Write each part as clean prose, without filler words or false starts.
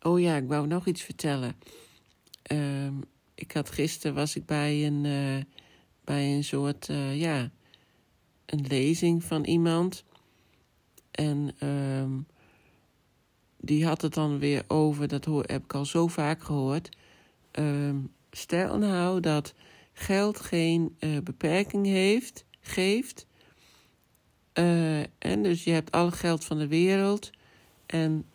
Oh ja, ik wou nog iets vertellen. Gisteren was ik bij een soort, een lezing van iemand. En die had het dan weer over, heb ik al zo vaak gehoord. Stel nou dat geld geen beperking geeft. En dus je hebt alle geld van de wereld. En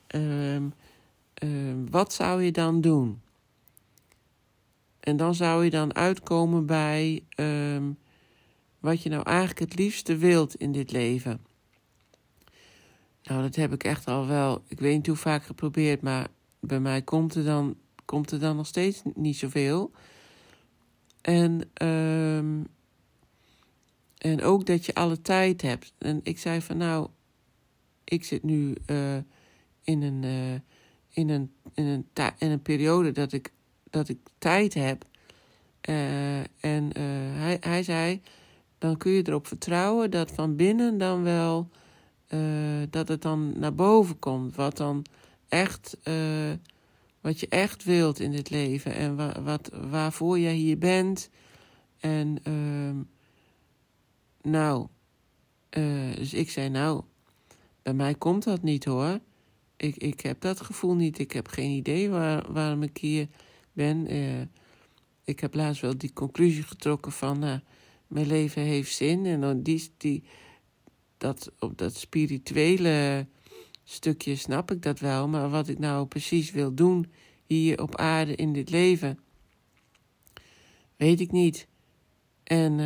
wat zou je dan doen? En dan zou je dan uitkomen bij wat je nou eigenlijk het liefste wilt in dit leven. Nou, dat heb ik echt al wel, ik weet niet hoe vaak geprobeerd, maar bij mij komt er dan nog steeds niet zoveel. En ook dat je alle tijd hebt. En ik zei van nou, ik zit nu in een periode dat ik tijd heb. Hij zei, dan kun je erop vertrouwen dat van binnen dan wel dat het dan naar boven komt. Wat je echt wilt in dit leven. En waarvoor je hier bent. En dus ik zei nou, bij mij komt dat niet hoor. Ik heb dat gevoel niet. Ik heb geen idee waarom ik hier ben. Ik heb laatst wel die conclusie getrokken van mijn leven heeft zin. En dan op dat spirituele stukje snap ik dat wel. Maar wat ik nou precies wil doen hier op aarde in dit leven, weet ik niet. En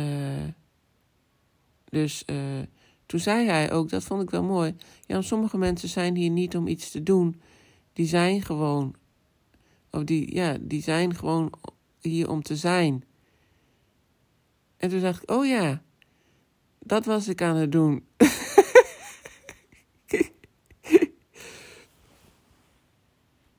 toen zei hij ook, dat vond ik wel mooi. Ja, sommige mensen zijn hier niet om iets te doen. Die zijn gewoon, die zijn gewoon hier om te zijn. En toen dacht ik, oh ja, dat was ik aan het doen.